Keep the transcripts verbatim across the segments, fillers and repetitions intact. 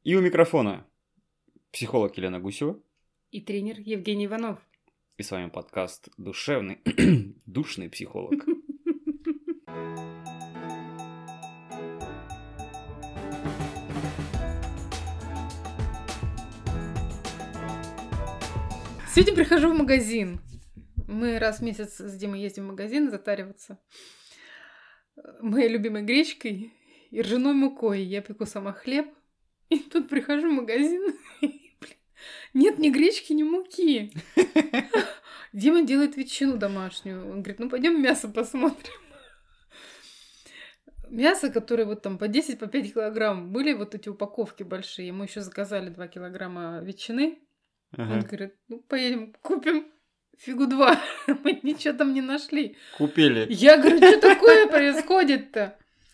И у микрофона психолог Елена Гусева. И тренер Евгений Иванов. И с вами подкаст «Душевный, душный психолог». Сегодня прихожу в магазин. Мы раз в месяц с Димой ездим в магазин затариваться моей любимой гречкой и ржаной мукой. Я пеку сама хлеб. И тут прихожу в магазин, и, блин, нет ни гречки, ни муки. Дима делает ветчину домашнюю. Он говорит, ну пойдем мясо посмотрим. Мясо, которое вот там по десять, по пять килограмм. Были вот эти упаковки большие. Мы еще заказали два килограмма ветчины. Ага. Он говорит, ну поедем купим. Фигу два. Мы ничего там не нашли. Купили. Я говорю, что такое происходит-то?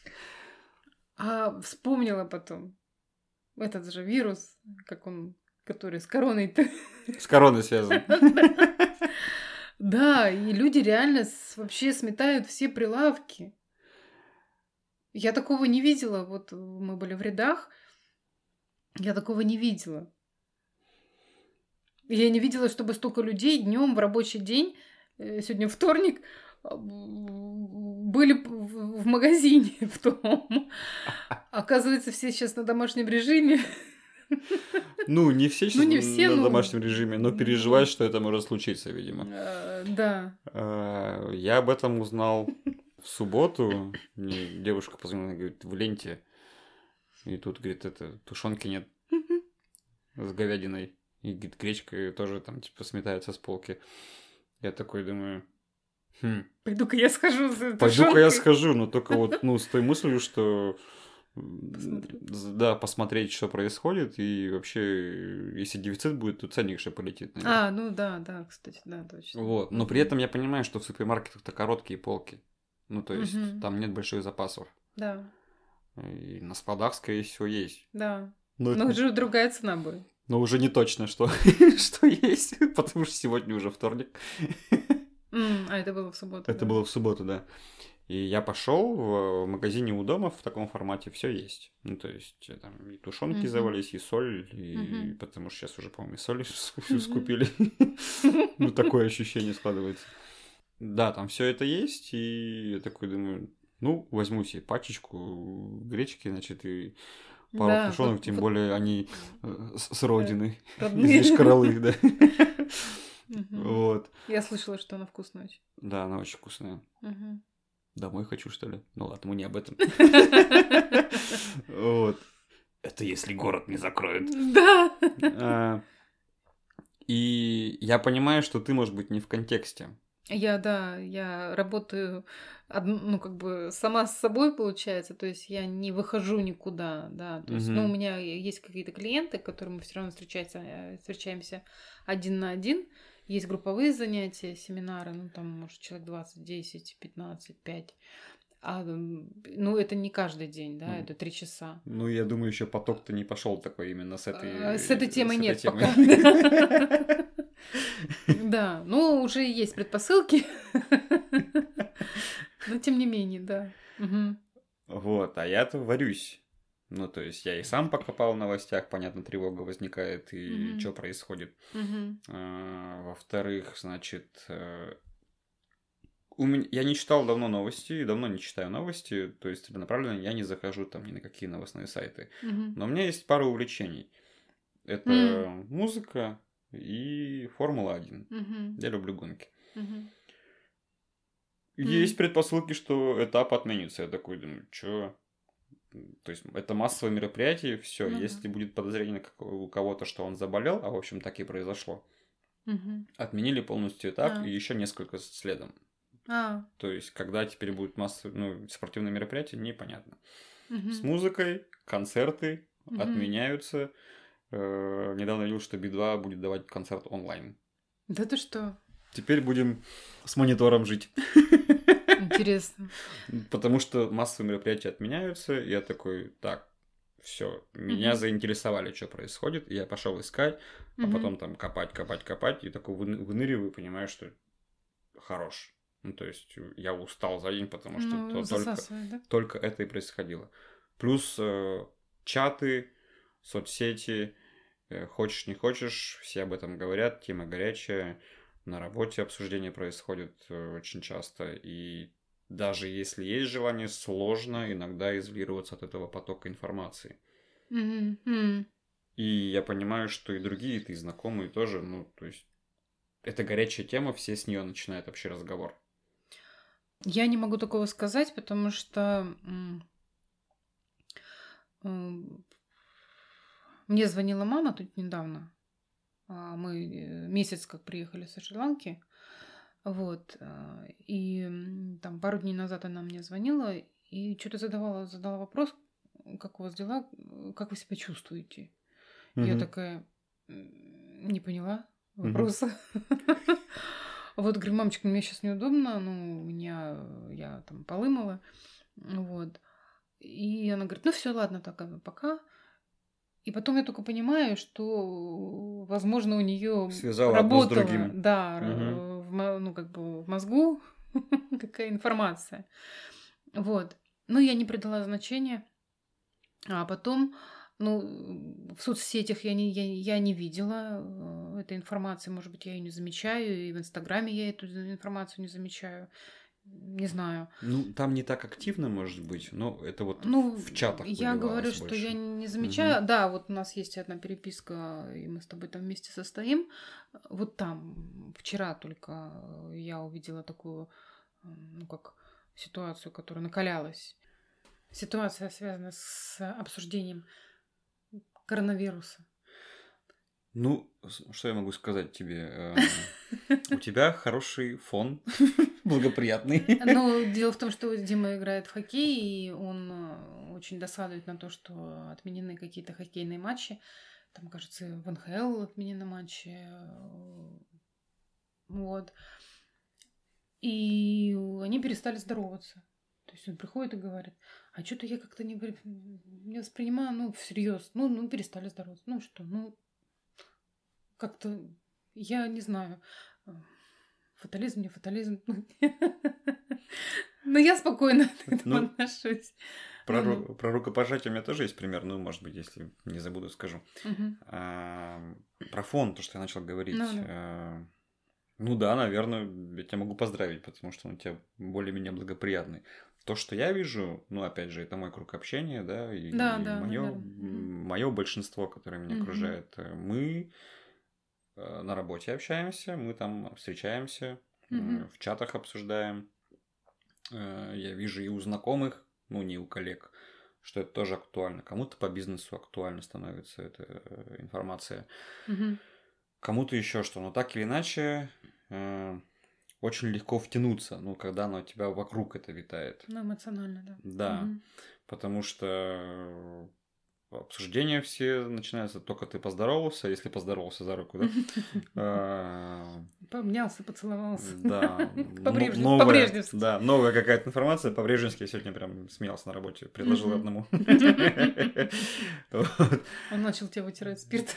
А вспомнила потом. Этот же вирус, как он, который с короной-то. С короной связан. Да, и люди реально вообще сметают все прилавки. Я такого не видела. Вот мы были в рядах. Я такого не видела. Я не видела, чтобы столько людей днем в рабочий день, сегодня вторник, были в магазине в том. Оказывается, все сейчас на домашнем режиме. Ну, не все сейчас ну, не все, на ну... домашнем режиме, но переживают, что это может случиться, видимо. А, да. А, я об этом узнал в субботу. Мне девушка позвонила, говорит, в ленте. И тут, говорит, это тушенки нет с говядиной. И, говорит, гречка тоже там, типа, сметается с полки. Я такой думаю... Хм. Пойду-ка я схожу за тушенкой. Пойду-ка я схожу, но только вот, ну, с той мыслью, что... Посмотрю. Да, посмотреть, что происходит, и вообще, если дефицит будет, то ценник же полетит. Наверное. А, ну да, да, кстати, да, точно. Вот, но при этом я понимаю, что в супермаркетах-то короткие полки. Ну, то есть, угу. там нет больших запасов. Да. И на складах, скорее всего, есть. Да, но, но уже другая цена будет. Но уже не точно, что, что есть, потому что сегодня уже вторник. Mm, а это было в субботу. Это да? было в субботу, да. И я пошел в магазине у дома в таком формате, все есть. Ну, то есть, там и тушенки uh-huh. завались, и соль, и uh-huh. потому что сейчас уже, по-моему, и соль uh-huh. скупили. Ну, такое ощущение складывается. Да, там все это есть, и я такой думаю, ну, возьму себе пачечку гречки, значит, и пару да, тушенок, вот, тем вот... более они с, с родины, из Шкаралы, да. Вот. Я слышала, что она вкусная очень. Да, она очень вкусная. Домой хочу, что ли? Ну ладно, мы не об этом. Вот. Это если город не закроют. Да. И я понимаю, что ты, может быть, не в контексте. Я, да, я работаю, ну, как бы сама с собой, получается, то есть я не выхожу никуда, да, то есть, ну, у меня есть какие-то клиенты, к которым мы все равно встречаемся, встречаемся один на один. Есть групповые занятия, семинары, ну, там, может, человек двадцать, десять, пятнадцать, пять. А, ну, это не каждый день, да, mm. это три часа. Ну, я думаю, еще поток-то не пошел такой именно с этой... А, с этой темой нет пока. Да, ну, уже есть предпосылки. Но, тем не менее, да. Вот, а я-то варюсь. Ну, то есть, я и сам покопал в новостях, понятно, тревога возникает, и mm-hmm. что происходит. Mm-hmm. А, во-вторых, значит, у меня... я не читал давно новости, давно не читаю новости, то есть, целенаправленно я не захожу там ни на какие новостные сайты. Mm-hmm. Но у меня есть пара увлечений. Это mm-hmm. музыка и Формула один. Mm-hmm. Я люблю гонки. Mm-hmm. Есть mm-hmm. предпосылки, что этап отменится. Я такой думаю, что... То есть, это массовое мероприятие, все. Uh-huh. Если будет подозрение у кого-то, что он заболел, а в общем так и произошло, uh-huh. отменили полностью этап uh-huh. и еще несколько следом. Uh-huh. То есть, когда теперь будет массовое, ну, спортивное мероприятие, непонятно. Uh-huh. С музыкой, концерты uh-huh. отменяются. Э-э- недавно видел, что Би два будет давать концерт онлайн. Да ты что? Теперь будем с монитором жить. Интересно. Потому что массовые мероприятия отменяются, и я такой, так, все, меня uh-huh. заинтересовали, что происходит, и я пошел искать, uh-huh. а потом там копать, копать, копать, и такой выныриваю, понимаю, что хорош. Ну, то есть, я устал за день, потому что ну, то, только, да? только это и происходило. Плюс э, чаты, соцсети, хочешь не хочешь, все об этом говорят, тема горячая, на работе обсуждения происходят очень часто, и даже если есть желание, сложно иногда изолироваться от этого потока информации. Mm-hmm. И я понимаю, что и другие, ты знакомые тоже, ну, то есть, это горячая тема, все с нее начинают вообще разговор. Я не могу такого сказать, потому что м- м- мне звонила мама тут недавно. Мы месяц как приехали со Шри-Ланки. Вот. И там пару дней назад она мне звонила и что-то задавала, задала вопрос, как у вас дела, как вы себя чувствуете? Угу. Я такая не поняла вопроса. Угу. Вот, говорю, мамочка, мне сейчас неудобно, ну, у меня, я там полы мыла, вот. И она говорит, ну все, ладно, так, пока. И потом я только понимаю, что, возможно, у нее работала, да, угу. в, ну, как бы в мозгу какая информация. Вот. Ну, я не придала значения. А потом, ну, в соцсетях я не, я, я не видела этой информации. Может быть, я ее не замечаю, и в Инстаграме я эту информацию не замечаю. Не знаю. Ну, там не так активно, может быть, но это вот ну, в чатах я говорю, больше. что я не замечаю. Угу. Да, вот у нас есть одна переписка, и мы с тобой там вместе состоим. Вот там вчера только я увидела такую, ну, как ситуацию, которая накалялась. Ситуация связана с обсуждением коронавируса. Ну, что я могу сказать тебе? У тебя хороший фон, благоприятный. Ну, дело в том, что Дима играет в хоккей, и он очень досадует на то, что отменены какие-то хоккейные матчи. Там, кажется, в эн ха эл отменены матчи. Вот. И они перестали здороваться. То есть он приходит и говорит, а что-то я как-то не, не воспринимаю, ну, всерьез. Ну, ну, перестали здороваться. Ну, что, ну, как-то, я не знаю, фатализм, не фатализм. Но я спокойно к этому отношусь. Про, ру- про рукопожатие у меня тоже есть пример, ну, может быть, если не забуду, скажу. А, про фон, то, что я начал говорить. Ну, да. А, ну да, наверное, я тебя могу поздравить, потому что он у тебя более-менее благоприятный. То, что я вижу, ну, опять же, это мой круг общения, да, и, Да, и да, мое, наверное. мое большинство, которое меня Мгм. окружает. Мы э, на работе общаемся, мы там встречаемся, э, Мгм. в чатах обсуждаем. Э, я вижу и у знакомых, ну, не у коллег, что это тоже актуально. Кому-то по бизнесу актуально становится эта э, информация. Мгм. Кому-то еще что. Но так или иначе, э, очень легко втянуться, ну, когда оно у тебя вокруг это витает. Ну, эмоционально, да. Да, Мгм. потому что обсуждения все начинаются, только ты поздоровался, если поздоровался за руку, да? А, Пообнялся, поцеловался. Да, По-брежневски. новая, По-брежневски. да, новая какая-то информация. По-брежневски я сегодня прям смеялся на работе, предложил Мгм. одному. Он начал тебя вытирать спирт.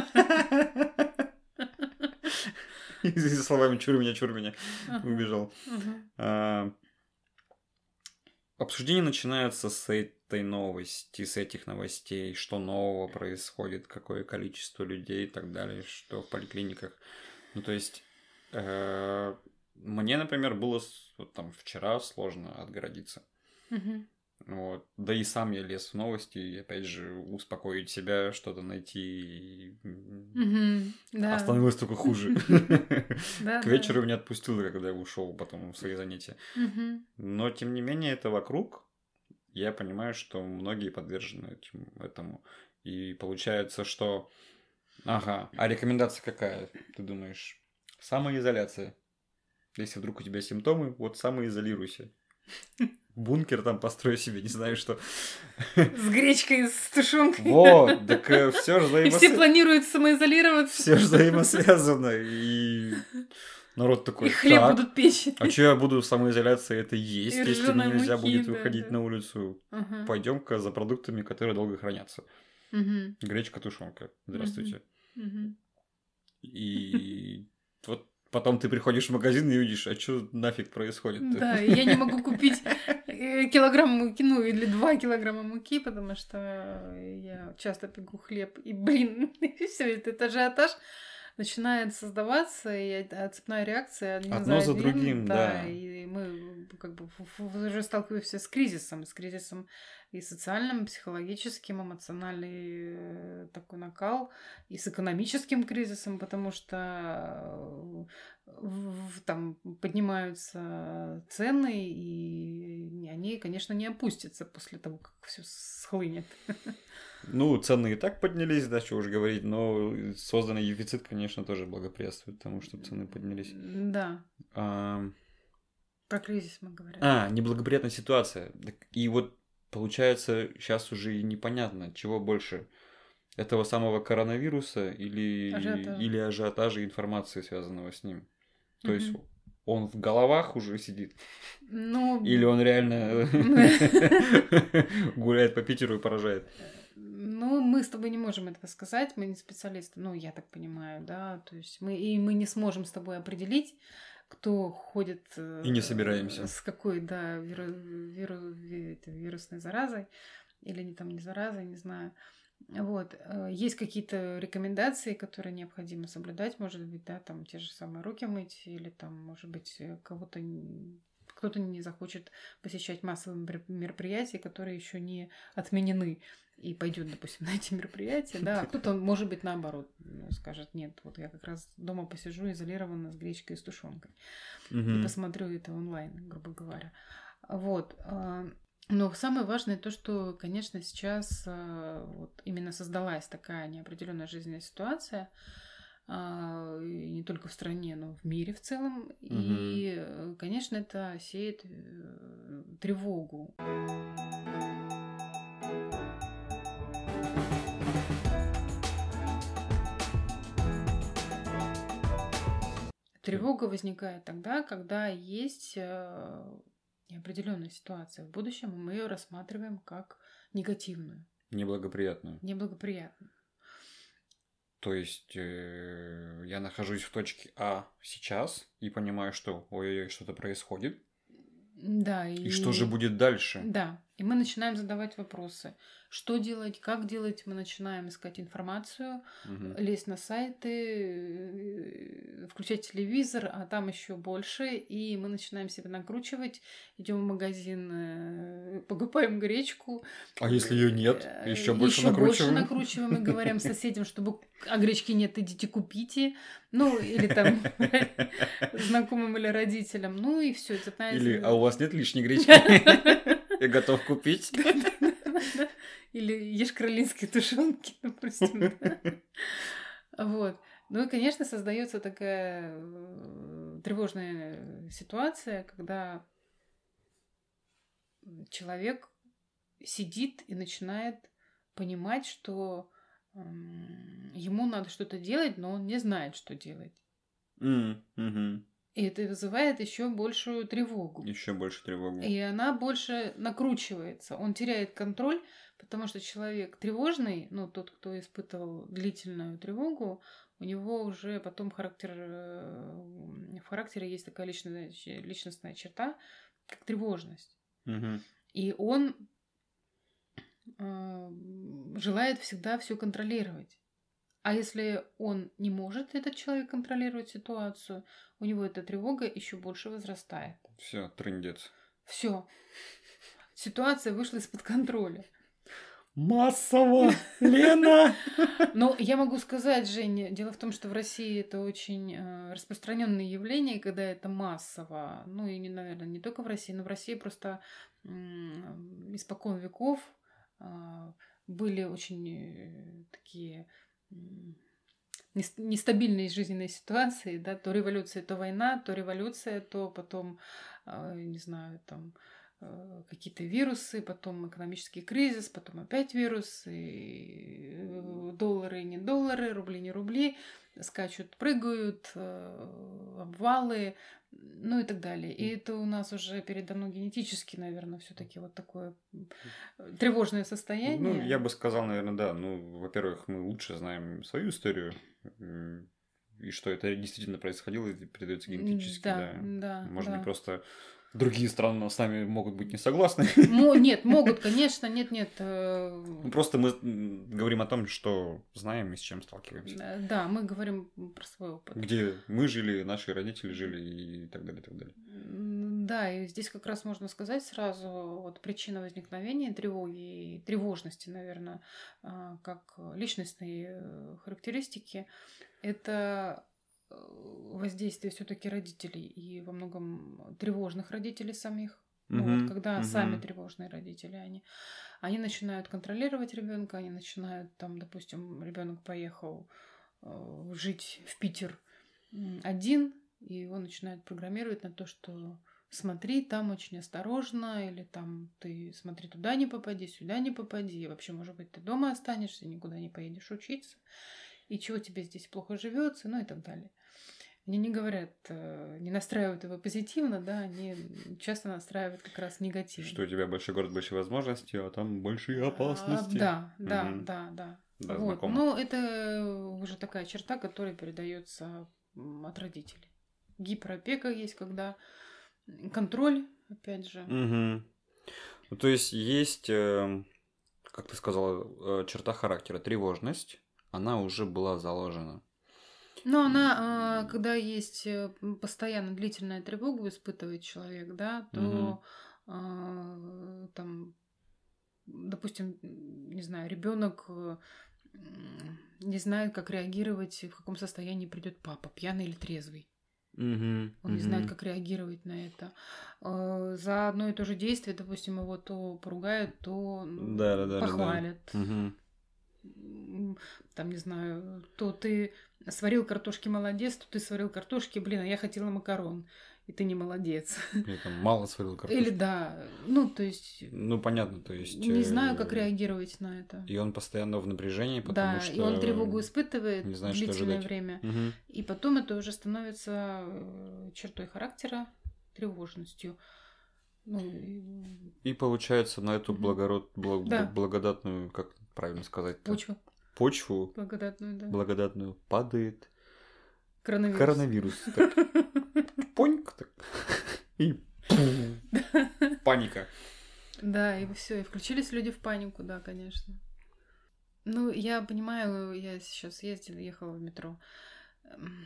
И со словами «чур меня, чур меня» Ага. убежал. Мгм. А, Обсуждение начинается с этой новости, с этих новостей, что нового происходит, какое количество людей и так далее, что в поликлиниках. Ну, то есть, э, мне, например, было с- вот там вчера сложно отгородиться. Мгм. Вот. Да и сам я лез в новости, и опять же успокоить себя, что-то найти. и, м, Мгм. Да. А становилось только хуже. Да, К да. вечеру меня отпустило, когда я ушел потом в свои занятия. Мгм. Но, тем не менее, это вокруг. Я понимаю, что многие подвержены этим, этому. И получается, что... Ага, а рекомендация какая, ты думаешь? Самоизоляция. Если вдруг у тебя симптомы, вот самоизолируйся. Бункер там построй себе, не знаю что. С гречкой, с тушенкой. Вот, так все же И все взаимосвязано. планируют самоизолироваться. Все же взаимосвязано. И народ такой, И хлеб так, будут печь. а что я буду в самоизоляции это есть, И если ржаной мне нельзя муки, будет да, выходить да. на улицу? Ага. Пойдем-ка за продуктами, которые долго хранятся. Мгм. Гречка, тушенка. Здравствуйте. Мгм. И вот потом ты приходишь в магазин и видишь, а что нафиг происходит? Да, я не могу купить килограмм муки, ну или два килограмма муки, потому что я часто пеку хлеб, и, блин, все этот ажиотаж начинает создаваться, и цепная реакция один Одно за, за один, другим, да. И мы как бы уже сталкиваемся с кризисом, с кризисом и социальным, и психологическим, эмоциональный такой накал, и с экономическим кризисом, потому что там поднимаются цены, и они, конечно, не опустятся после того, как все схлынет. Ну, цены и так поднялись, да, что уж говорить, но созданный дефицит, конечно, тоже благоприятствует тому, что цены поднялись. Да. А... Про кризис мы говорим. А, неблагоприятная ситуация. И вот, получается, сейчас уже и непонятно, чего больше. Этого самого коронавируса или ажиотажа, или ажиотажа информации, связанного с ним. То угу. есть он в головах уже сидит? Ну... Или он реально гуляет по Питеру и поражает? Ну, мы с тобой не можем этого сказать, мы не специалисты, ну, я так понимаю, да, то есть мы, и мы не сможем с тобой определить, кто ходит... И не собираемся. С какой, да, виру, виру, вирусной заразой, или не там не заразой, не знаю. Вот. Есть какие-то рекомендации, которые необходимо соблюдать, может быть, да, там те же самые руки мыть, или там, может быть, кого-то... Кто-то не захочет посещать массовые мероприятия, которые еще не отменены, и пойдет, допустим, на эти мероприятия, да, а кто-то, может быть, наоборот, скажет, нет, вот я как раз дома посижу изолированно с гречкой и с тушенкой, mm-hmm. и посмотрю это онлайн, грубо говоря. Вот. Но самое важное то, что, конечно, сейчас вот именно создалась такая неопределенная жизненная ситуация, не только в стране, но в мире в целом. Угу. И, конечно, это сеет тревогу. Тревога возникает тогда, когда есть неопределенная ситуация в будущем, и мы ее рассматриваем как негативную. Неблагоприятную. Неблагоприятную. То есть э, я нахожусь в точке А сейчас и понимаю, что ой-ой-ой, что-то происходит. Да. И... и что же будет дальше? Да. И мы начинаем задавать вопросы. Что делать, как делать? Мы начинаем искать информацию, угу. лезть на сайты, включать телевизор, а там еще больше. И мы начинаем себя накручивать. Идем в магазин, покупаем гречку. А если ее нет? Еще больше еще накручиваем? Еще больше накручиваем и говорим соседям, чтобы а гречки нет, идите купите. Ну, или там знакомым или родителям. Ну и все. Или а у вас нет лишней гречки? Я готов купить. Или ешь кролинской тушенки, допустим. Вот. Ну и, конечно, создается такая тревожная ситуация, когда человек сидит и начинает понимать, что ему надо что-то делать, но он не знает, что делать. Mm-hmm. И это вызывает еще большую тревогу. Еще больше тревогу. И она больше накручивается. Он теряет контроль, потому что человек тревожный, ну, тот, кто испытывал длительную тревогу, у него уже потом характер, в характере есть такая личностная, личностная черта, как тревожность. Угу. И он э, желает всегда все контролировать. А если он не может, этот человек, контролировать ситуацию, у него эта тревога еще больше возрастает. Все, трындец. Все. Ситуация вышла из-под контроля. Массово, Лена! Но я могу сказать, Женя, дело в том, что в России это очень распространенное явление, когда это массово. Ну и, наверное, не только в России, но в России просто испокон веков были очень такие нестабильные жизненные ситуации, да, то революция, то война, то революция, то потом, не знаю, там какие-то вирусы, потом экономический кризис, потом опять вирусы, доллары не доллары, рубли не рубли, скачут, прыгают, обвалы, ну и так далее. И это у нас уже передано генетически, наверное, все-таки вот такое тревожное состояние. Ну, я бы сказал, наверное, да. Ну, во-первых, мы лучше знаем свою историю. и что это действительно происходило, и передается генетически, Да, да. да, Может да. быть, просто другие страны с нами могут быть не согласны. Мо- Нет, могут, конечно, нет, нет. э, Ну, просто мы м, говорим о том, что знаем и с чем сталкиваемся. э, Да, мы говорим про свой опыт. Где мы жили, наши родители жили и так далее, и так далее. М, Да, и здесь как раз можно сказать сразу вот причина возникновения тревоги и тревожности, наверное, а, как личностные э, характеристики, это э, воздействие все-таки родителей и во многом тревожных родителей самих. Ну вот Мгм, когда сами мгм. тревожные родители, они, они начинают контролировать ребенка, они начинают там, допустим, ребенок поехал э, жить в Питер м, один, и его начинают программировать на то, что смотри, там очень осторожно, или там ты смотри, туда не попади, сюда не попади, и вообще, может быть, ты дома останешься, никуда не поедешь учиться, и чего тебе здесь плохо живется, ну и так далее. Они не говорят, э, не настраивают его позитивно, да, они часто настраивают как раз негативно. Что у тебя большой город, большие возможности, а там большие А, опасности. Да, да, Мгм. да, да. Да, Вот. знакомо. Но это уже такая черта, которая передается м, от родителей. Гиперопека есть, когда контроль, опять же. Мгм. Ну, то есть есть, э, как ты сказала, э, черта характера, тревожность, она уже была заложена. Но она, а, когда есть э, м, постоянно длительная тревога испытывает человек, да, Мгм. то а, там, допустим, м, не знаю, ребенок э, м, не знает, как реагировать, в каком состоянии придет папа, пьяный или трезвый. Мгм. Он не знает, Мгм. как реагировать на это. Э, За одно и то же действие, допустим, его то поругают, то м, Да, да, да, да, да. похвалят. Мгм. М, Там, не знаю, то ты сварил картошки, молодец, то ты сварил картошки, блин, а я хотела макарон, и ты не молодец. Я там мало сварил Или картошки. да, ну, то есть, Ну, понятно, то есть... не знаю, как э, реагировать на это. И он постоянно в напряжении, потому Да, что... и он тревогу испытывает не знает, что длительное ожидать. время. Мгм. И потом это уже становится э, чертой характера, тревожностью. Ну, и И получается на эту Мгм. благород... бла- Да. благодатную, как правильно сказать, почву почву благодатную, да. благодатную падает Коронавирус. коронавирус. Так, поньк, так, и паника. Да, и все, и включились люди в панику, да, конечно. Ну, я понимаю, я сейчас ездила, ехала в метро. Эм,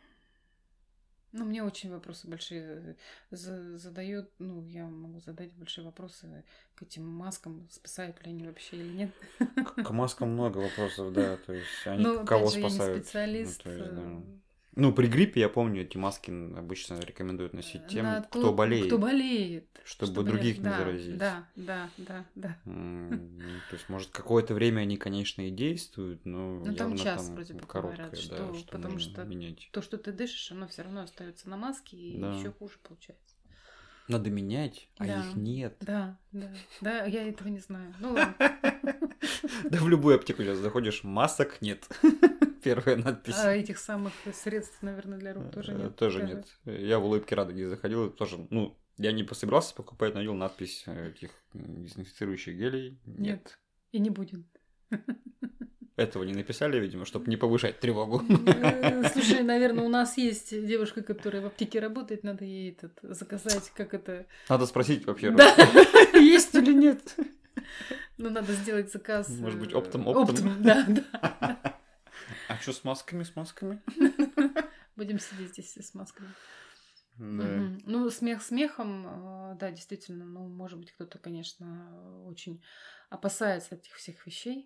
Ну, мне очень вопросы большие за- задают. Ну, я могу задать большие вопросы к этим маскам, спасают ли они вообще или нет. К, к маскам много вопросов, да, то есть они Но, кого опять же, я не спасают? специалист. Ну, то есть, да. э, Ну, при гриппе, я помню, эти маски обычно рекомендуют носить тем, на кто тот, болеет, Кто болеет. чтобы других не да, заразить. Да, да, да, да. М, ну, то есть, может, какое-то время они, конечно, и действуют, но Ну, там явно час там вроде бы короткое, говорят, да, что, что потому нужно что менять. то, что ты дышишь, оно все равно остается на маске, и Да. еще хуже получается. Надо менять, а Да. их нет. Да, да, да, я этого не знаю. Ну ладно. Да в любую аптеку сейчас заходишь, масок нет. Первая надпись. А этих самых средств, наверное, для рук тоже Э, нет. Тоже даже. нет. Я в улыбке радуги заходил, и тоже, ну, я не пособирался покупать, но видел надпись э, этих дезинфицирующих гелей. Нет. Нет. И не будет. Этого не написали, видимо, чтобы не повышать тревогу. Э, Слушай, наверное, у нас есть девушка, которая в аптеке работает, надо ей этот заказать, как это. Надо спросить вообще. Да, есть или нет. Ну, надо сделать заказ. Может быть, э, оптом, оптом. Оптом, да, да. А что с масками, с масками? Будем сидеть здесь с масками. Да. Мгм. Ну, смех смехом, э, да, действительно, ну, может быть, кто-то, конечно, очень опасается этих всех вещей.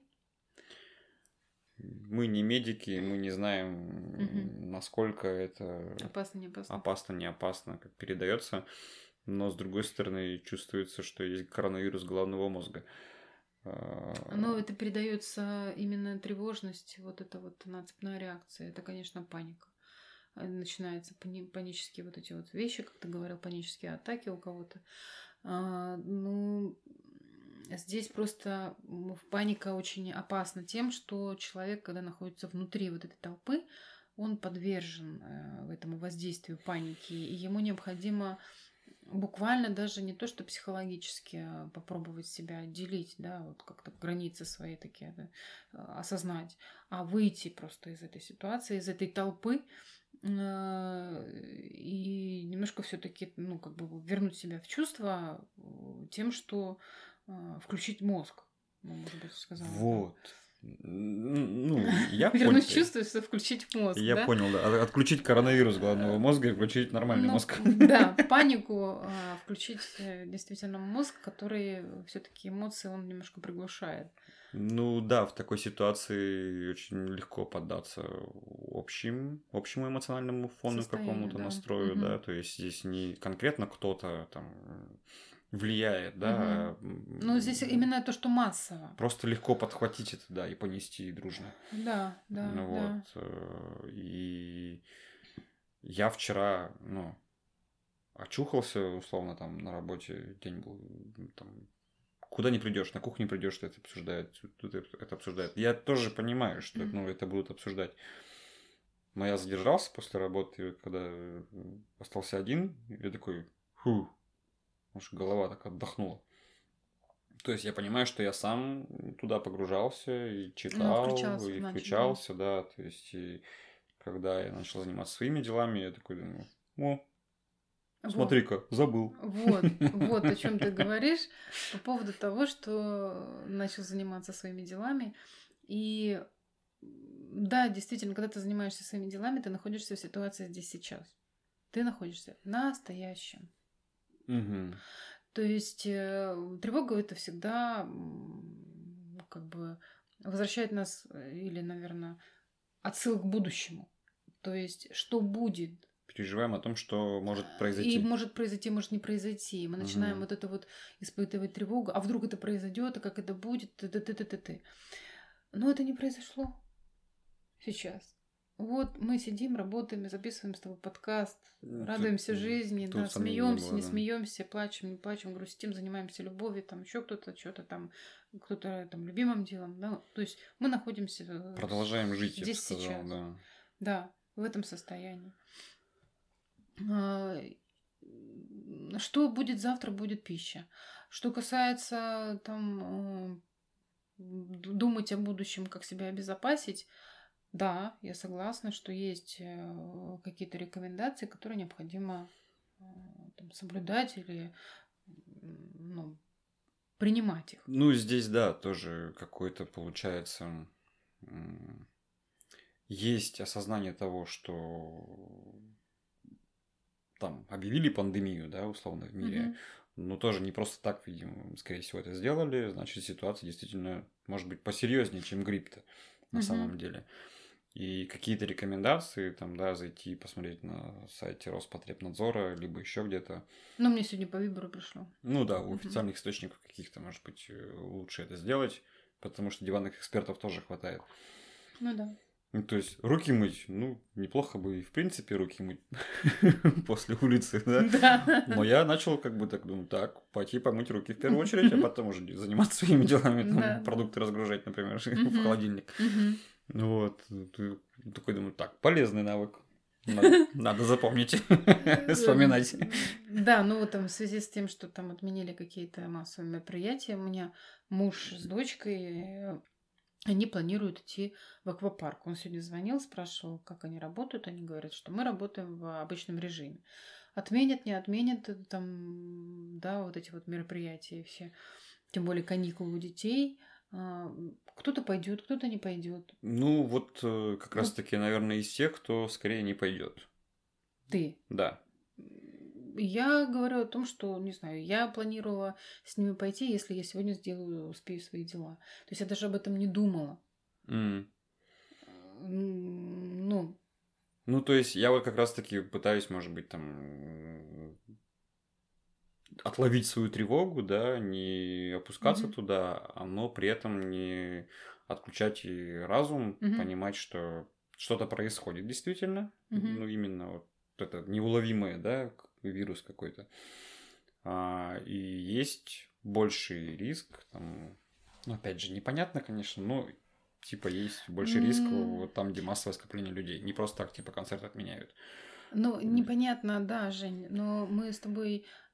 Мы не медики, мы не знаем, Мгм. насколько это Опасно, не опасно. опасно, не опасно, как передается. Но, с другой стороны, чувствуется, что есть коронавирус головного мозга. А, Но это передается именно тревожность, вот эта вот она цепная реакция. Это, конечно, паника. Э, Начинаются пани- панические вот эти вот вещи, как ты говорил, панические атаки у кого-то. А, ну, здесь просто м, паника очень опасна тем, что человек, когда находится внутри вот этой толпы, он подвержен э, этому воздействию паники, и ему необходимо буквально даже не то, что психологически попробовать себя отделить, да, вот как-то границы свои такие, да, осознать, а выйти просто из этой ситуации, из этой толпы и немножко все-таки, ну, как бы вернуть себя в чувство тем, что включить мозг, ну, может быть, сказала. Вот. Ну, я понял. Вернуть чувство, что включить мозг, Я да? понял, да. Отключить коронавирус головного мозга и включить нормальный ну, мозг. Да, панику включить действительно мозг, который все-таки эмоции он немножко приглушает. Ну да, в такой ситуации очень легко поддаться общим, общему эмоциональному фону, Состоянию, какому-то да. настрою, Мгм. да, то есть здесь не конкретно кто-то там влияет, да, Мгм. а, Ну, здесь м, именно то, что массово. просто легко подхватить это, да, и понести дружно. Да, да, Ну да. вот, э, и я вчера, ну, очухался, условно, там на работе, день был, м, там, куда не придешь, на кухню придешь, это обсуждают, тут это это обсуждают. Я тоже понимаю, что Мгм. ну, это будут обсуждать. Но я задержался после работы, когда э, остался один, и я такой, фу, аж голова так отдохнула. То есть я понимаю, что я сам туда погружался и Ну, читал, включался, и значит, да. включался, да. То есть, и когда я начал заниматься своими делами, я такой думаю, о, Вот, смотри-ка, забыл. вот, вот о чем ты говоришь по поводу того, что начал заниматься своими делами. И м, да, действительно, когда ты занимаешься своими делами, ты находишься в ситуации здесь сейчас. Ты находишься в настоящем. Мгм. То есть э, тревога это всегда м, как бы возвращает нас э, или, наверное, отсыл к будущему. То есть что будет, Переживаем о том, что может и произойти. может произойти, может не произойти. Мы начинаем Мгм. вот это вот испытывать тревогу, а вдруг это произойдет, а как это будет, ты ты ты ты ты ты Но это не произошло сейчас. Вот мы сидим, работаем, записываем с тобой подкаст, Тут, радуемся м, жизни, тут да, сомнений не смеемся, было, не да. смеемся, плачем, не плачем, грустим, занимаемся любовью, там еще кто-то, что-то там, кто-то там любимым делом, да. То есть мы находимся э, Продолжаем жить, я бы здесь сказал, сейчас, да. да, в этом состоянии. А, Что будет завтра, будет пища. Что касается там э, д- думать о будущем, как себя обезопасить, да, я согласна, что есть э, какие-то рекомендации, которые необходимо э, там, соблюдать или м, ну, принимать их. Ну, здесь, да, тоже какой-то, получается, м, есть осознание того, что там объявили пандемию, да, условно, в мире, Мгм. но тоже не просто так, видимо, скорее всего, это сделали, значит, ситуация действительно может быть посерьезнее, чем грипп-то на Мгм. самом деле. И какие-то рекомендации, там, да, зайти посмотреть на сайте Роспотребнадзора, либо еще где-то. Ну, мне сегодня по выбору пришло. Ну да, у Мгм. официальных источников каких-то, может быть, э, лучше это сделать, потому что диванных экспертов тоже хватает. Ну да. Ну, то есть, руки мыть, ну, неплохо бы и в принципе руки мыть после улицы, да? Да. Но я начал как бы так думать, так, пойти помыть руки в первую очередь, а потом уже заниматься своими делами, Да, там, да. продукты разгружать, например, в Мгм. холодильник. Мгм. Ну вот, ты такой думаю, так, полезный навык. Надо, надо запомнить, вспоминать. Да, ну вот там в связи с тем, что там отменили какие-то массовые мероприятия, у меня муж с дочкой, э, они планируют идти в аквапарк. Он сегодня звонил, спрашивал, как они работают. Они говорят, что мы работаем в обычном режиме. Отменят, не отменят, это там, да, вот эти вот мероприятия все. Тем более каникулы у детей. А, Кто-то пойдет, кто-то не пойдет. Ну, вот э, как Вот раз-таки, наверное, из тех, кто скорее не пойдет. ты. Да. Я говорю о том, что, не знаю, я планировала с ними пойти, если я сегодня сделаю, успею свои дела. То есть я даже об этом не думала. М. М, Ну, Ну, то есть, я вот как раз-таки пытаюсь, может быть, там м, отловить свою тревогу, да, не опускаться мгм, туда, а, но при этом не отключать и разум, мгм, понимать, что что-то происходит действительно, мгм. ну, именно вот это неуловимое, да, к- вирус какой-то. А, и есть больший риск, там, ну, опять же, непонятно, конечно, но типа есть больший риск М, вот там, где массовое скопление людей. Не просто так, типа, концерт отменяют. Ну, непонятно, да, Жень, но мы с тобой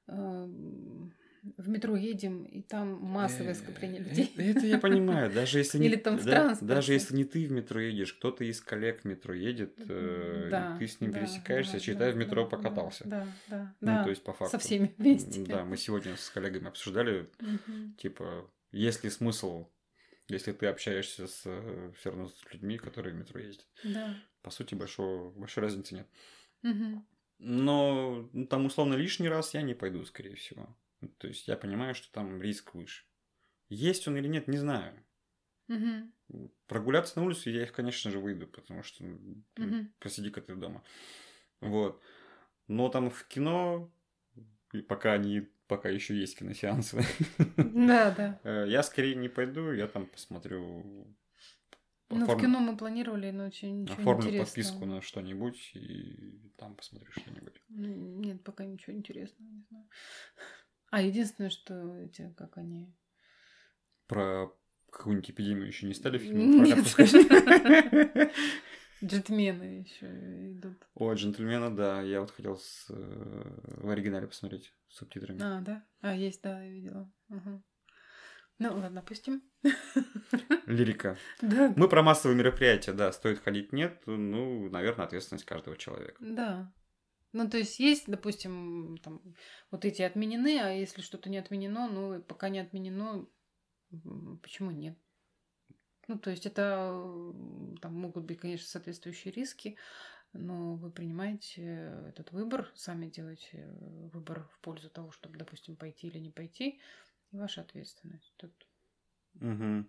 в метро едем, и там массовое скопление людей. Это я понимаю, даже если не... Или там в транспорте. Даже если не ты в метро едешь, кто-то из коллег в метро едет, да, и ты с ним да, пересекаешься, да, считай, да, в метро да, покатался. Да, да, ну, да. То есть, по факту. Со всеми вместе. Да, мы сегодня с коллегами обсуждали, типа, есть ли смысл, если ты общаешься с, все равно с людьми, которые в метро ездят. Да. По сути, большого, большой разницы нет. Угу. Но ну, там, условно, лишний раз я не пойду, скорее всего. То есть, я понимаю, что там риск выше. Есть он или нет, не знаю. Угу. Прогуляться на улицу я, конечно же, выйду, потому что угу. посиди-ка ты дома. Вот. Но там в кино, пока они, пока еще есть киносеансы, да, да. я скорее не пойду, я там посмотрю. Ну, в кино мы планировали, но ничего интересного. Оформлю подписку на что-нибудь и там посмотрю что-нибудь. Нет, пока ничего интересного, не знаю. А единственное, что эти, как они... Про какую-нибудь эпидемию еще не стали фильмы? Джентльмены еще идут. О, джентльмена, да. Я вот хотел с, в оригинале посмотреть с субтитрами. А, да? А, есть, да, я видела. Угу. Ну, ладно, пустим. Лирика. Да. Мы про массовые мероприятия, да, стоит ходить, нет. Ну, наверное, ответственность каждого человека. Да. Ну, то есть, есть, допустим, там, вот эти отменены, а если что-то не отменено, ну, пока не отменено, почему нет? Ну, то есть, это там могут быть, конечно, соответствующие риски, но вы принимаете этот выбор, сами делаете выбор в пользу того, чтобы, допустим, пойти или не пойти, и ваша ответственность тут. Угу.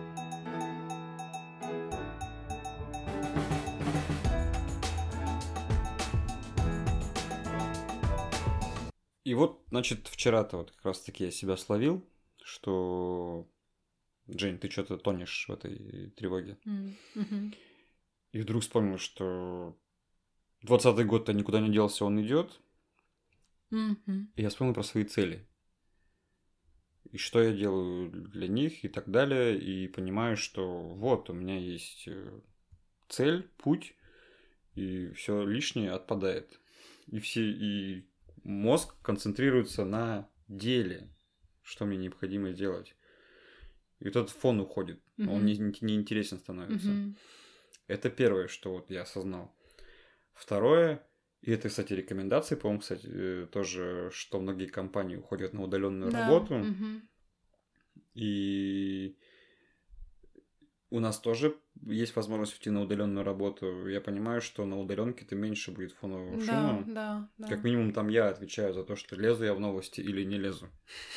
И вот, значит, вчера-то вот как раз-таки я себя словил, что... Жень, ты что-то тонешь в этой тревоге. Mm-hmm. И вдруг вспомнил, что двадцатый год-то никуда не делся, он идет. Mm-hmm. И я вспомнил про свои цели. И что я делаю для них и так далее. И понимаю, что вот у меня есть цель, путь, и все лишнее отпадает. И все, и мозг концентрируется на деле, что мне необходимо делать. И вот этот фон уходит, mm-hmm. он не, не интересен становится. Mm-hmm. Это первое, что вот я осознал. Второе, и это, кстати, рекомендации, по-моему, кстати, тоже, что многие компании уходят на удаленную да. работу. Mm-hmm. И у нас тоже есть возможность уйти на удаленную работу. Я понимаю, что на удаленке-то меньше будет фонового да, шума. Да, да. Как минимум там я отвечаю за то, что лезу я в новости или не лезу.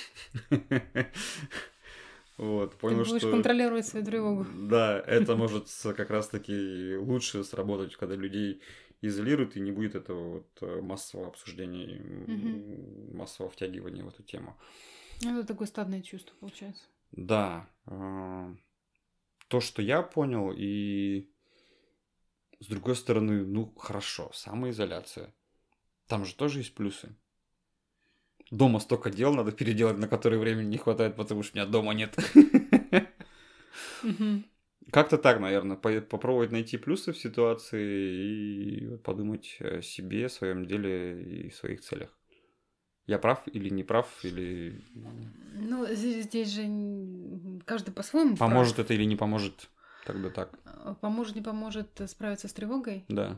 Вот, понял, Ты будешь что... контролировать свою тревогу. Да, это может как раз-таки лучше сработать, когда людей изолируют, и не будет этого вот массового обсуждения, mm-hmm. массового втягивания в эту тему. Это такое стадное чувство, получается. Да. То, что я понял, и с другой стороны, ну, хорошо, самоизоляция. Там же тоже есть плюсы. Дома столько дел надо переделать, на которые времени не хватает, потому что у меня дома нет. Mm-hmm. Как-то так, наверное, попробовать найти плюсы в ситуации и подумать о себе, о своем деле и своих целях. Я прав или не прав, или... Ну, здесь же каждый по-своему Поможет прав. это или не поможет, тогда так. Поможет, не поможет справиться с тревогой? Да.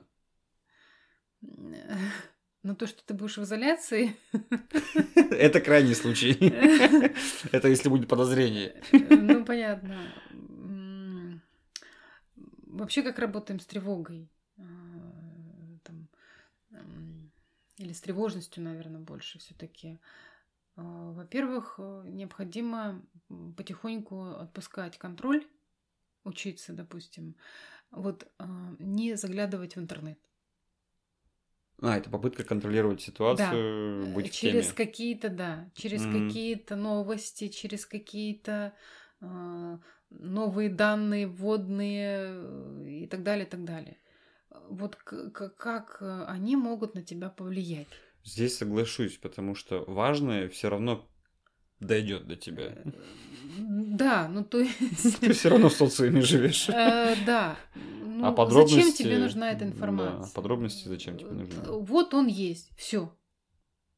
Но то, что ты будешь в изоляции... Это крайний случай. Это если будет подозрение. Ну, понятно. Вообще, как работаем с тревогой? Или с тревожностью, наверное, больше все-таки. Во-первых, необходимо потихоньку отпускать контроль, учиться, допустим, вот не заглядывать в интернет. А, это попытка контролировать ситуацию, да. быть в через теме. какие-то, да, через mm-hmm. какие-то новости, через какие-то э, новые данные, вводные и так далее, и так далее. Вот к- как они могут на тебя повлиять? Здесь соглашусь, потому что важное все равно дойдет до тебя. Да, ну то есть... Ты все равно в социуме живешь. Да. А подробности... Зачем тебе нужна эта информация? Да, подробности зачем тебе нужны? Вот он есть, все.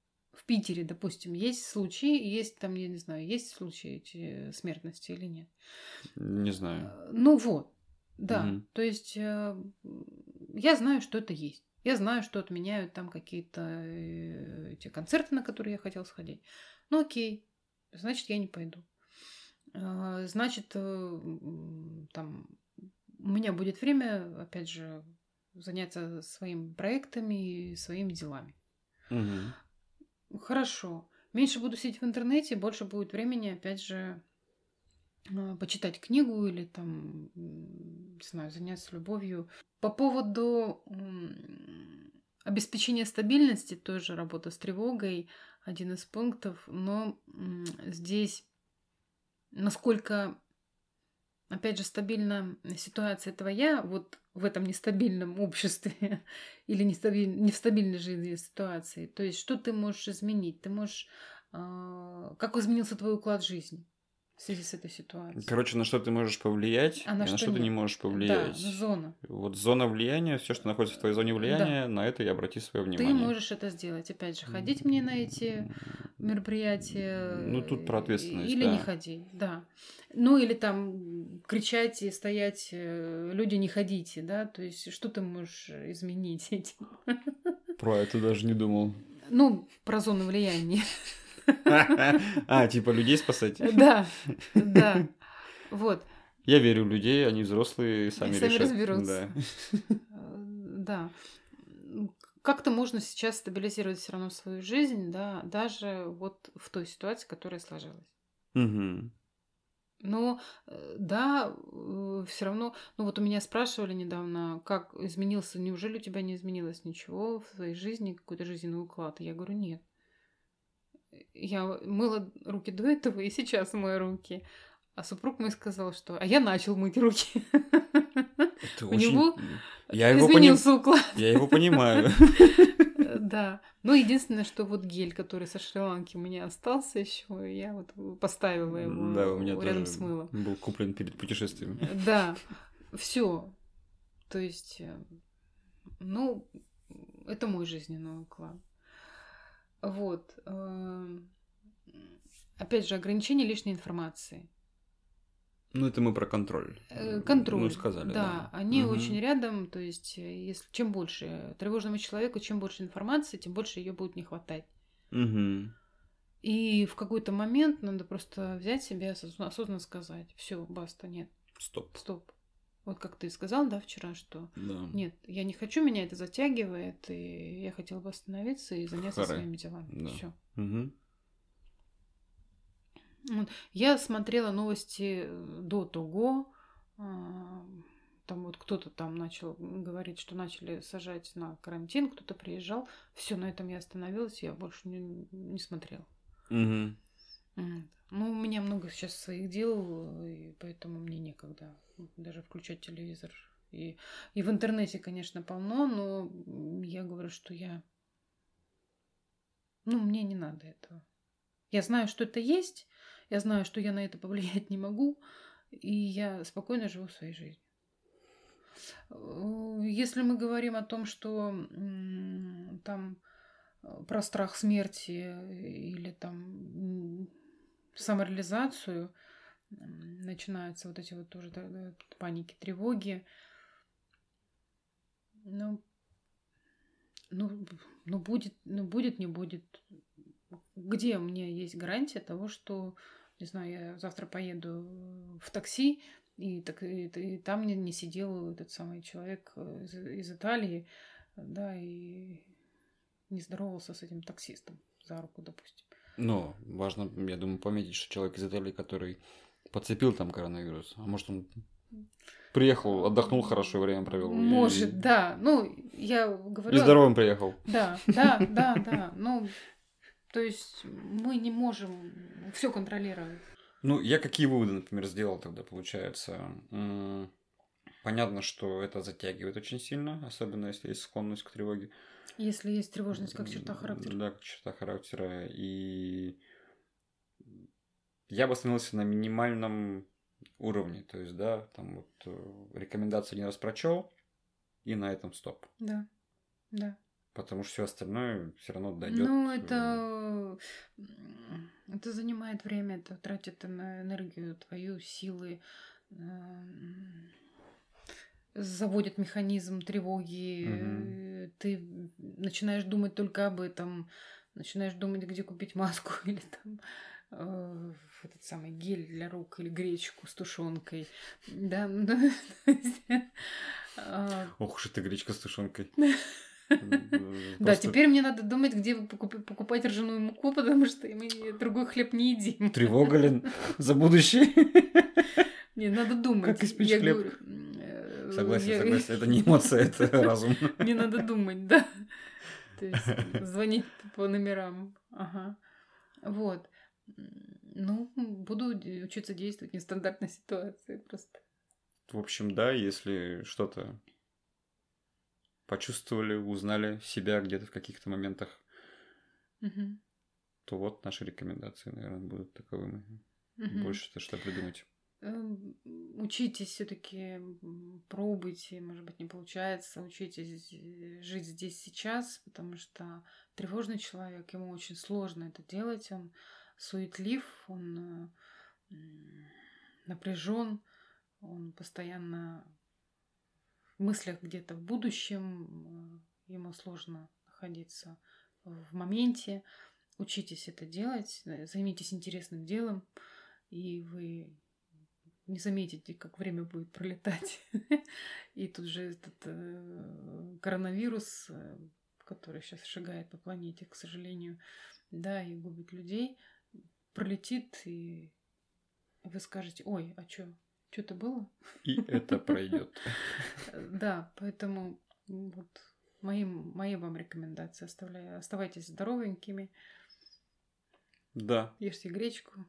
в Питере, допустим, есть случаи, есть там, я не знаю, есть случаи эти смертности или нет? Не знаю. Ну вот, да. Мгм. То есть э, я знаю, что это есть. Я знаю, что отменяют там какие-то э, эти концерты, на которые я хотела сходить. Ну окей, значит, я не пойду. А, Значит, э, м, там у меня будет время, опять же, заняться своими проектами и своими делами. Мгм. Хорошо. Меньше буду сидеть в интернете, больше будет времени, опять же, а, почитать книгу или там, м, не знаю, заняться любовью. По поводу м, обеспечения стабильности, тоже работа с тревогой, один из пунктов, но м, здесь насколько, опять же, стабильна ситуация твоя вот в этом нестабильном обществе или нестабиль... не в стабильной жизненной ситуации. То есть, что ты можешь изменить? Ты можешь... а, Как изменился твой уклад жизни в связи с этой ситуацией? Короче, на что ты можешь повлиять, А и на на что что ты не нет? можешь Да, повлиять. зона. Вот зона влияния, все, что находится в твоей зоне Да. влияния, на это и обрати свое Ты внимание. можешь это сделать. Опять же, ходить мне на эти мероприятия Ну, тут про э, ответственность, или не да. ходить, да. Ну, или там кричать и стоять, э, люди, не ходите, да, то есть что ты можешь изменить этим? Про это даже не думал. Ну, про зону влияния. А, типа людей спасать? Да, да, вот. Я верю в людей, они взрослые, сами Сами решат. разберутся. Да. Э, Да. М, Как-то можно сейчас стабилизировать все равно свою жизнь, да, даже вот в той ситуации, которая сложилась. Мгм. Но э, да, все равно, ну вот у меня спрашивали недавно, как изменился, неужели у тебя не изменилось ничего в твоей жизни, какой-то жизненный уклад? И я говорю, нет. Я мыла руки до этого и сейчас мою руки. А супруг мой сказал, что... А я начал мыть руки. Это У очень... него Я его, поним... изменился уклад. Я его понимаю. Э, Да. Ну, единственное, что вот гель, который со Шри-Ланки у меня остался еще, я вот поставила Да, у меня его рядом тоже с мылом. был куплен перед путешествием. Э, Да, все. То есть, э, ну, это мой жизненный уклад. Вот. эм, Опять же, ограничение лишней информации. Ну, это мы про контроль. Э, Ну, Контроль. сказали, Да, да. они Мгм. очень рядом. То есть, э, если чем больше тревожному человеку, чем больше информации, тем больше ее будет не хватать. Мгм. И в какой-то момент надо просто взять себя и осознанно, осознанно сказать: все, баста, нет, Стоп. стоп. Вот как ты сказал, да, вчера, что Да. нет, я не хочу, меня это затягивает, и я хотела бы остановиться и заняться Харе. своими делами. Да. Все. Мгм. Я смотрела новости э, до того. а, Там вот кто-то там начал говорить, что начали сажать на карантин, кто-то приезжал. Все, на этом я остановилась, я больше не, не смотрела. Мгм. М. Ну, у меня много сейчас своих дел, и поэтому мне некогда даже включать телевизор. И, и в интернете, конечно, полно, но я говорю, что я... Ну, мне не надо этого. Я знаю, что это есть, я знаю, что я на это повлиять не могу, и я спокойно живу своей жизнью. Э, Если мы говорим о том, что м, там э, про страх смерти или там м, самореализацию, м, начинаются вот эти вот тоже да, да, паники, тревоги. Ну, ну, ну, будет, ну, будет, не будет. Где у меня есть гарантия того, что, не знаю, я завтра поеду в такси, и, так, и, и там не, не сидел этот самый человек из, из Италии, да, и не здоровался с этим таксистом за руку, допустим. Но важно, я думаю, пометить, что человек из Италии, который подцепил там коронавирус, а может он приехал, отдохнул хорошо, время провел. Может, и... да. Ну, я говорю... И здоровым приехал. Да, да, да, да. Ну, то есть мы не можем все контролировать. Ну, я какие выводы, например, сделал тогда, получается? М, Понятно, что это затягивает очень сильно, особенно если есть склонность к тревоге. Если есть тревожность как черта характера. Да, как черта характера. И я бы остановился на минимальном уровне. То есть, да, там вот э, рекомендации один раз прочел, и на этом стоп. Да, да. Потому что все остальное все равно дойдет. Ну, это... это занимает время, это тратит на энергию, твою, силы, заводит механизм тревоги, Угу. ты начинаешь думать только об этом, начинаешь думать, где купить маску или там э, этот самый гель для рук или гречку с тушенкой. Да, ну, то есть, а, Ох уж эта гречка с тушенкой. Да, Просто теперь мне надо думать, где покуп- покупать ржаную муку, потому что мы другой хлеб не едим. тревога, Лен, за будущее. Не, надо думать. Как испечь Я хлеб. говорю, э, Согласен, я- согласен. Это не эмоция, это разум. Мне надо думать, да. То есть звонить по номерам. Ага. Вот. Ну, буду учиться действовать в нестандартной ситуации просто. В общем, да, если что-то почувствовали, узнали себя где-то в каких-то моментах, Мгм. то вот наши рекомендации, наверное, будут таковыми. Мгм. Больше-то что придумать. Эм, Учитесь все-таки, пробуйте, может быть, не получается, учитесь э, жить здесь сейчас, потому что тревожный человек, ему очень сложно это делать, он суетлив, он напряжен, он постоянно в мыслях где-то в будущем, э, ему сложно находиться в моменте. Учитесь это делать, э, займитесь интересным делом, и вы не заметите, как время будет пролетать. И тут же этот э, коронавирус, э, который сейчас шагает по планете, к сожалению, да, и губит людей, пролетит, и вы скажете: ой, а что, что-то было? И это пройдет. Да, поэтому вот мои, мои вам рекомендации. Оставляю. Оставайтесь здоровенькими, Да. ешьте гречку.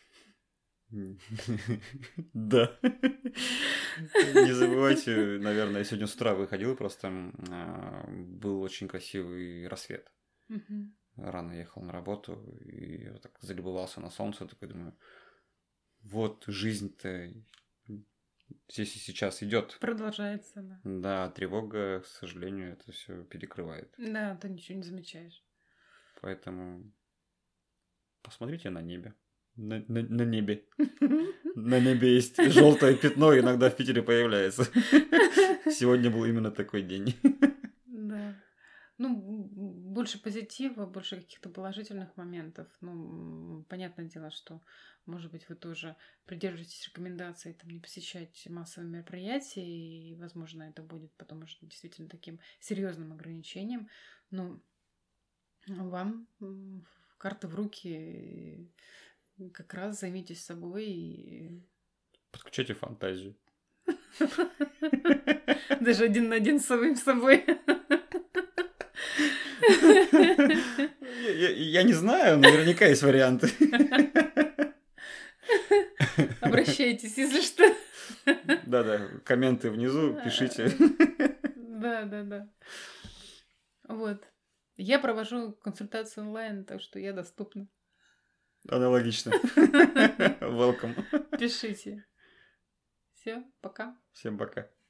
Да. Не забывайте, наверное, я сегодня с утра выходил, просто а, был очень красивый рассвет. Мгм. Рано ехал на работу, и я так залюбовался на солнце, такой думаю, вот жизнь-то здесь и сейчас идет. Продолжается, да. Да, тревога, к сожалению, это все перекрывает. Да, ты ничего не замечаешь. Поэтому посмотрите на небе. На, на, на небе. На небе есть желтое пятно, иногда в Питере появляется. Сегодня был именно такой день. Да. Ну, больше позитива, больше каких-то положительных моментов. Ну, понятное дело, что, может быть, вы тоже придерживаетесь рекомендаций там, не посещать массовые мероприятия, и, возможно, это будет потому что действительно таким серьезным ограничением. Но вам карты в руки, как раз займитесь собой и... Подключайте фантазию. Даже один на один с самим собой. Я, я не знаю, наверняка есть варианты. Обращайтесь, если что. Да-да, комменты внизу пишите. Да, да, да. Вот. Я провожу консультацию онлайн, так что я доступна. Аналогично. Welcome. Пишите. Все, пока. Всем пока.